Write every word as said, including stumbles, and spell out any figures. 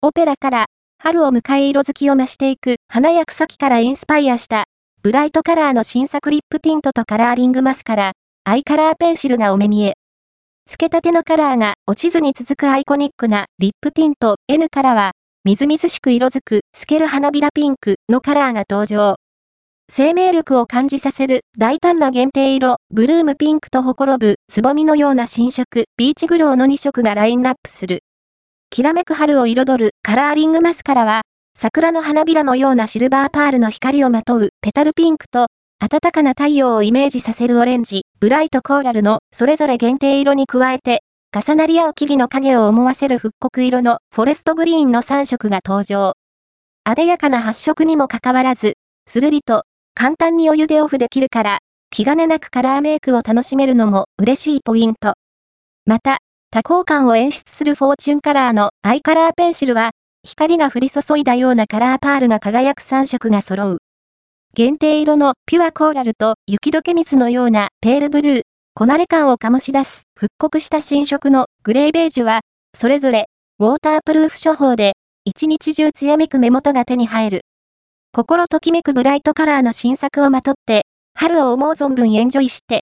オペラから、春を迎え色づきを増していく花や草木からインスパイアした、ブライトカラーの新作リップティントとカラーリングマスカラ、アイカラーペンシルがお目見え。つけたてのカラーが落ちずに続くアイコニックなリップティント エヌ からは、みずみずしく色づく透ける花びらピンクのカラーが登場。生命力を感じさせる大胆な限定色、ブルームピンクとほころぶつぼみのような新色、ビーチグローのに色がラインナップする。きらめく春を彩るカラーリングマスカラは、桜の花びらのようなシルバーパールの光をまとうペタルピンクと、暖かな太陽をイメージさせるオレンジ、ブライトコーラルのそれぞれ限定色に加えて、重なり合う木々の影を思わせる復刻色のフォレストグリーンのさん色が登場。艶やかな発色にもかかわらず、するりと簡単にお湯でオフできるから、気兼ねなくカラーメイクを楽しめるのも嬉しいポイント。また、多幸感を演出するフォーチュンカラーのアイカラーペンシルは、光が降り注いだようなカラーパールが輝くさん色が揃う。限定色のピュアコーラルと雪解け蜜のようなペールブルー、こなれ感を醸し出す復刻した新色のグレーベージュは、それぞれウォータープルーフ処方で一日中艶めく目元が手に入る。心ときめくブライトカラーの新作をまとって、春を思う存分エンジョイして